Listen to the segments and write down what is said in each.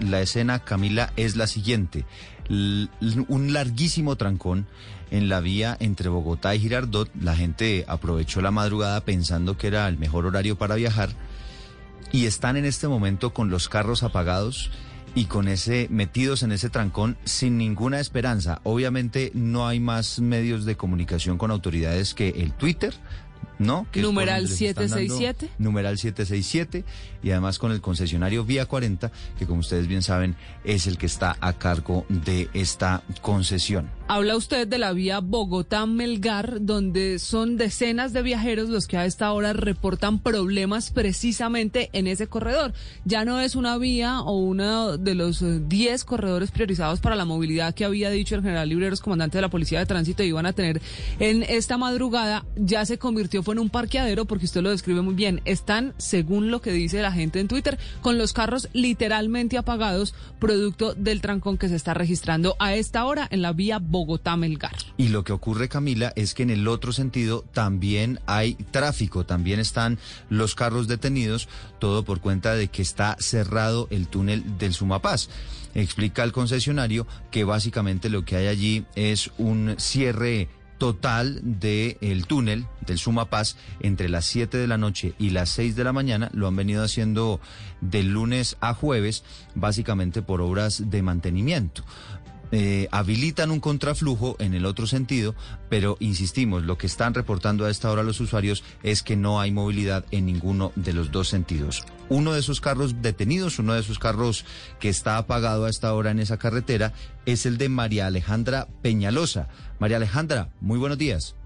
La escena, Camila, es la siguiente. Un larguísimo trancón en la vía entre Bogotá y Girardot. La gente aprovechó la madrugada pensando que era el mejor horario para viajar y están en este momento con los carros apagados y metidos en ese trancón sin ninguna esperanza. Obviamente no hay más medios de comunicación con autoridades que el Twitter, ¿no? Que numeral 767. Numeral 767 y además con el concesionario Vía 40, que como ustedes bien saben es el que está a cargo de esta concesión. Habla usted de la vía Bogotá-Melgar, donde son decenas de viajeros los que a esta hora reportan problemas precisamente en ese corredor. Ya no es una vía o uno de los 10 corredores priorizados para la movilidad que había dicho el general Libreros, comandante de la Policía de Tránsito, iban a tener en esta madrugada. Ya se convirtió fue en un parqueadero, porque usted lo describe muy bien. Están, según lo que dice la gente en Twitter, con los carros literalmente apagados, producto del trancón que se está registrando a esta hora en la vía Bogotá-Melgar. Y lo que ocurre, Camila, es que en el otro sentido también hay tráfico, también están los carros detenidos, todo por cuenta de que está cerrado el túnel del Sumapaz. Explica el concesionario que básicamente lo que hay allí es un cierre total del túnel del Sumapaz entre las 7 de la noche y las 6 de la mañana. Lo han venido haciendo de lunes a jueves, básicamente por obras de mantenimiento. Habilitan un contraflujo en el otro sentido, pero insistimos, lo que están reportando a esta hora los usuarios es que no hay movilidad en ninguno de los dos sentidos. Uno de esos carros detenidos, uno de esos carros que está apagado a esta hora en esa carretera, es el de María Alejandra Peñalosa. María Alejandra, muy buenos días.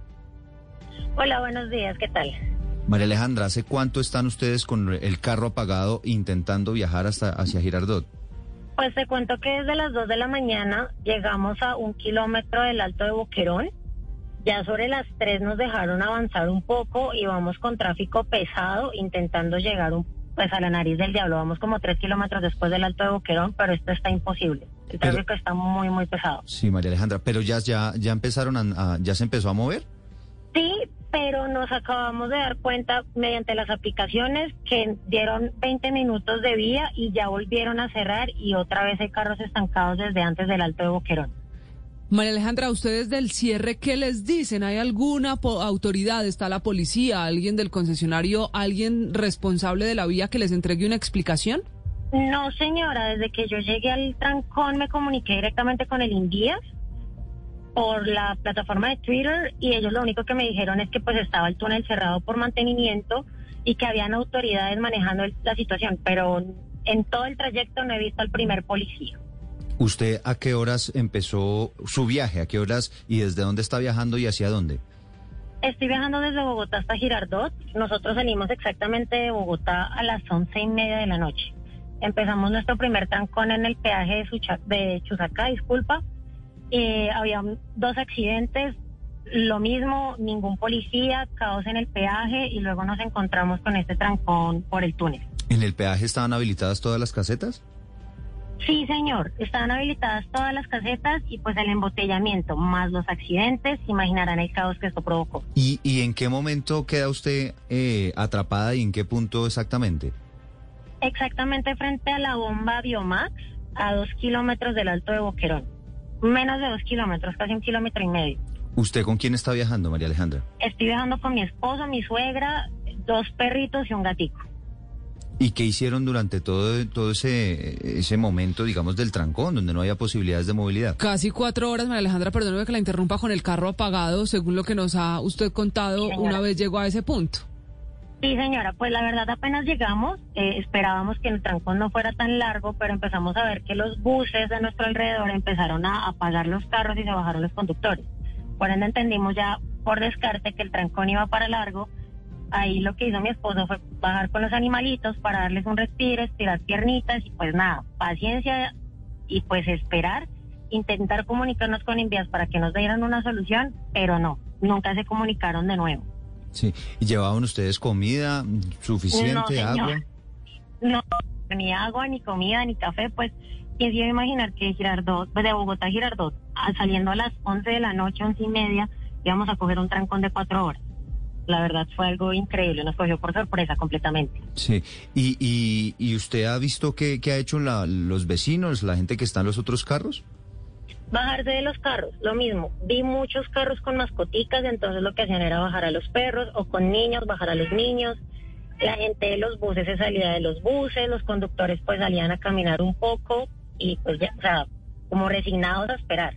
Hola, buenos días, ¿qué tal? María Alejandra, ¿hace cuánto están ustedes con el carro apagado intentando viajar hacia Girardot? Pues te cuento que desde las 2 de la mañana llegamos a 1 kilómetro del Alto de Boquerón. Ya sobre las 3 nos dejaron avanzar un poco y vamos con tráfico pesado intentando llegar a la Nariz del Diablo. Vamos como 3 kilómetros después del Alto de Boquerón, pero esto está imposible. El tráfico está muy, muy pesado. Sí, María Alejandra, pero ya empezaron ya se empezó a mover. Sí, pero nos acabamos de dar cuenta mediante las aplicaciones que dieron 20 minutos de vía y ya volvieron a cerrar y otra vez hay carros estancados desde antes del Alto de Boquerón. María Alejandra, ¿ustedes del cierre qué les dicen? ¿Hay alguna autoridad, está la policía, alguien del concesionario, alguien responsable de la vía que les entregue una explicación? No, señora, desde que yo llegué al trancón me comuniqué directamente con el Invías por la plataforma de Twitter y ellos lo único que me dijeron es que pues estaba el túnel cerrado por mantenimiento y que habían autoridades manejando la situación, pero en todo el trayecto no he visto al primer policía. ¿Usted a qué horas empezó su viaje? ¿A qué horas y desde dónde está viajando y hacia dónde? Estoy viajando desde Bogotá hasta Girardot. Nosotros salimos exactamente de Bogotá a las 11:30 de la noche. Empezamos nuestro primer trancón en el peaje de Chusacá, disculpa. Había 2 accidentes, lo mismo, ningún policía, caos en el peaje y luego nos encontramos con este trancón por el túnel. ¿En el peaje estaban habilitadas todas las casetas? Sí, señor, estaban habilitadas todas las casetas y pues el embotellamiento más los accidentes, imaginarán el caos que esto provocó. ¿Y en qué momento queda usted atrapada y en qué punto exactamente? Exactamente frente a la bomba Biomax, a 2 kilómetros del Alto de Boquerón. Menos de 2 kilómetros, casi 1,5 kilómetros. ¿Usted con quién está viajando, María Alejandra? Estoy viajando con mi esposo, mi suegra, 2 perritos y un gatico. ¿Y qué hicieron durante todo ese momento, digamos, del trancón, donde no había posibilidades de movilidad? Casi 4 horas, María Alejandra, perdóneme que la interrumpa, con el carro apagado, según lo que nos ha usted contado, una vez llegó a ese punto. Sí, señora, pues la verdad apenas llegamos, esperábamos que el trancón no fuera tan largo, pero empezamos a ver que los buses de nuestro alrededor empezaron a apagar los carros y se bajaron los conductores. Por ende entendimos ya por descarte que el trancón iba para largo. Ahí lo que hizo mi esposo fue bajar con los animalitos para darles un respiro, estirar piernitas y pues nada, paciencia y pues esperar, intentar comunicarnos con Invías para que nos dieran una solución, pero no, nunca se comunicaron de nuevo. Sí, ¿y llevaban ustedes comida suficiente, no, agua? No, ni agua, ni comida, ni café, pues quién se iba a imaginar que de Bogotá a Girardot, saliendo a las 11 de la noche, 11:30, íbamos a coger un trancón de 4 horas. la verdad fue algo increíble, nos cogió por sorpresa completamente. Sí, y usted ha visto qué ha hecho los vecinos, la gente que está en los otros carros. Bajarse de los carros, lo mismo. Vi muchos carros con mascoticas, entonces lo que hacían era bajar a los perros, o con niños, bajar a los niños. La gente de los buses se salía de los buses, los conductores pues salían a caminar un poco y pues ya, o sea, como resignados a esperar.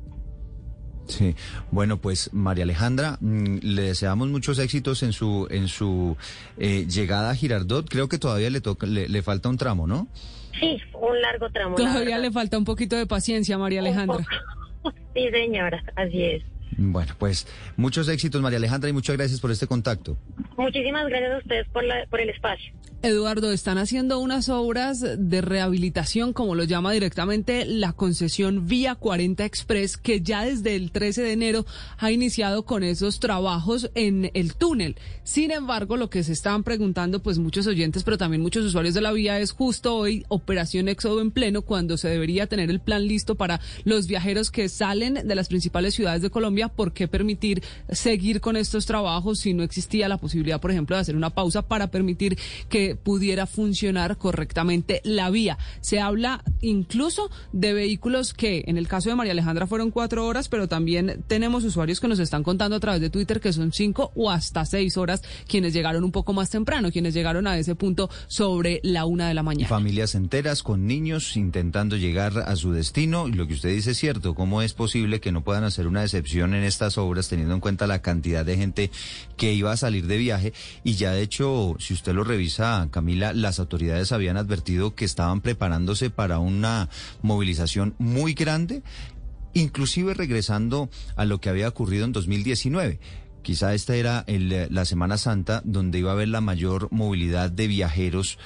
Sí, bueno, pues María Alejandra, le deseamos muchos éxitos en su llegada a Girardot. Creo que todavía le falta un tramo, ¿no? Sí, un largo tramo. Todavía le falta un poquito de paciencia, María Alejandra. Sí, señora, así es. Bueno, pues muchos éxitos, María Alejandra, y muchas gracias por este contacto. Muchísimas gracias a ustedes por el espacio. Eduardo, están haciendo unas obras de rehabilitación, como lo llama directamente la concesión Vía 40 Express, que ya desde el 13 de enero ha iniciado con esos trabajos en el túnel. Sin embargo, lo que se estaban preguntando, pues muchos oyentes, pero también muchos usuarios de la vía, es justo hoy Operación Éxodo en pleno, cuando se debería tener el plan listo para los viajeros que salen de las principales ciudades de Colombia. ¿Por qué permitir seguir con estos trabajos si no existía la posibilidad, por ejemplo, de hacer una pausa para permitir que pudiera funcionar correctamente la vía? Se habla incluso de vehículos que, en el caso de María Alejandra, fueron 4 horas, pero también tenemos usuarios que nos están contando a través de Twitter que son 5 o hasta 6 horas, quienes llegaron un poco más temprano, quienes llegaron a ese punto sobre la 1 de la mañana. Familias enteras con niños intentando llegar a su destino. Y lo que usted dice es cierto. ¿Cómo es posible que no puedan hacer una excepción en estas obras, teniendo en cuenta la cantidad de gente que iba a salir de viaje? Y ya de hecho, si usted lo revisa, Camila, las autoridades habían advertido que estaban preparándose para una movilización muy grande, inclusive regresando a lo que había ocurrido en 2019. Quizá esta era la Semana Santa, donde iba a haber la mayor movilidad de viajeros,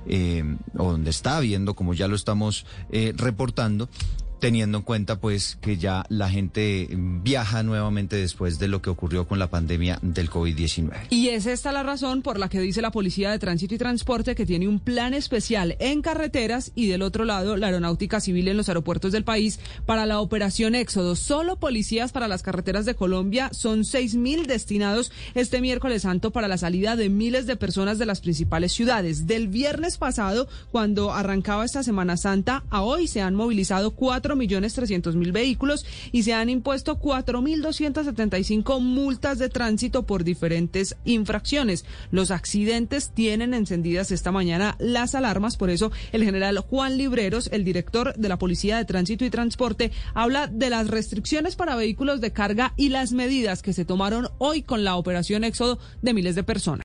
o donde está habiendo, como ya lo estamos reportando, teniendo en cuenta pues que ya la gente viaja nuevamente después de lo que ocurrió con la pandemia del COVID-19. Y es esta la razón por la que dice la Policía de Tránsito y Transporte que tiene un plan especial en carreteras y del otro lado la Aeronáutica Civil en los aeropuertos del país para la Operación Éxodo. Solo policías para las carreteras de Colombia, son 6.000 destinados este miércoles santo para la salida de miles de personas de las principales ciudades. Del viernes pasado, cuando arrancaba esta Semana Santa, a hoy se han movilizado 4.300.000 vehículos y se han impuesto 4.275 multas de tránsito por diferentes infracciones. Los accidentes tienen encendidas esta mañana las alarmas, por eso el general Juan Libreros, el director de la Policía de Tránsito y Transporte, habla de las restricciones para vehículos de carga y las medidas que se tomaron hoy con la Operación Éxodo de miles de personas.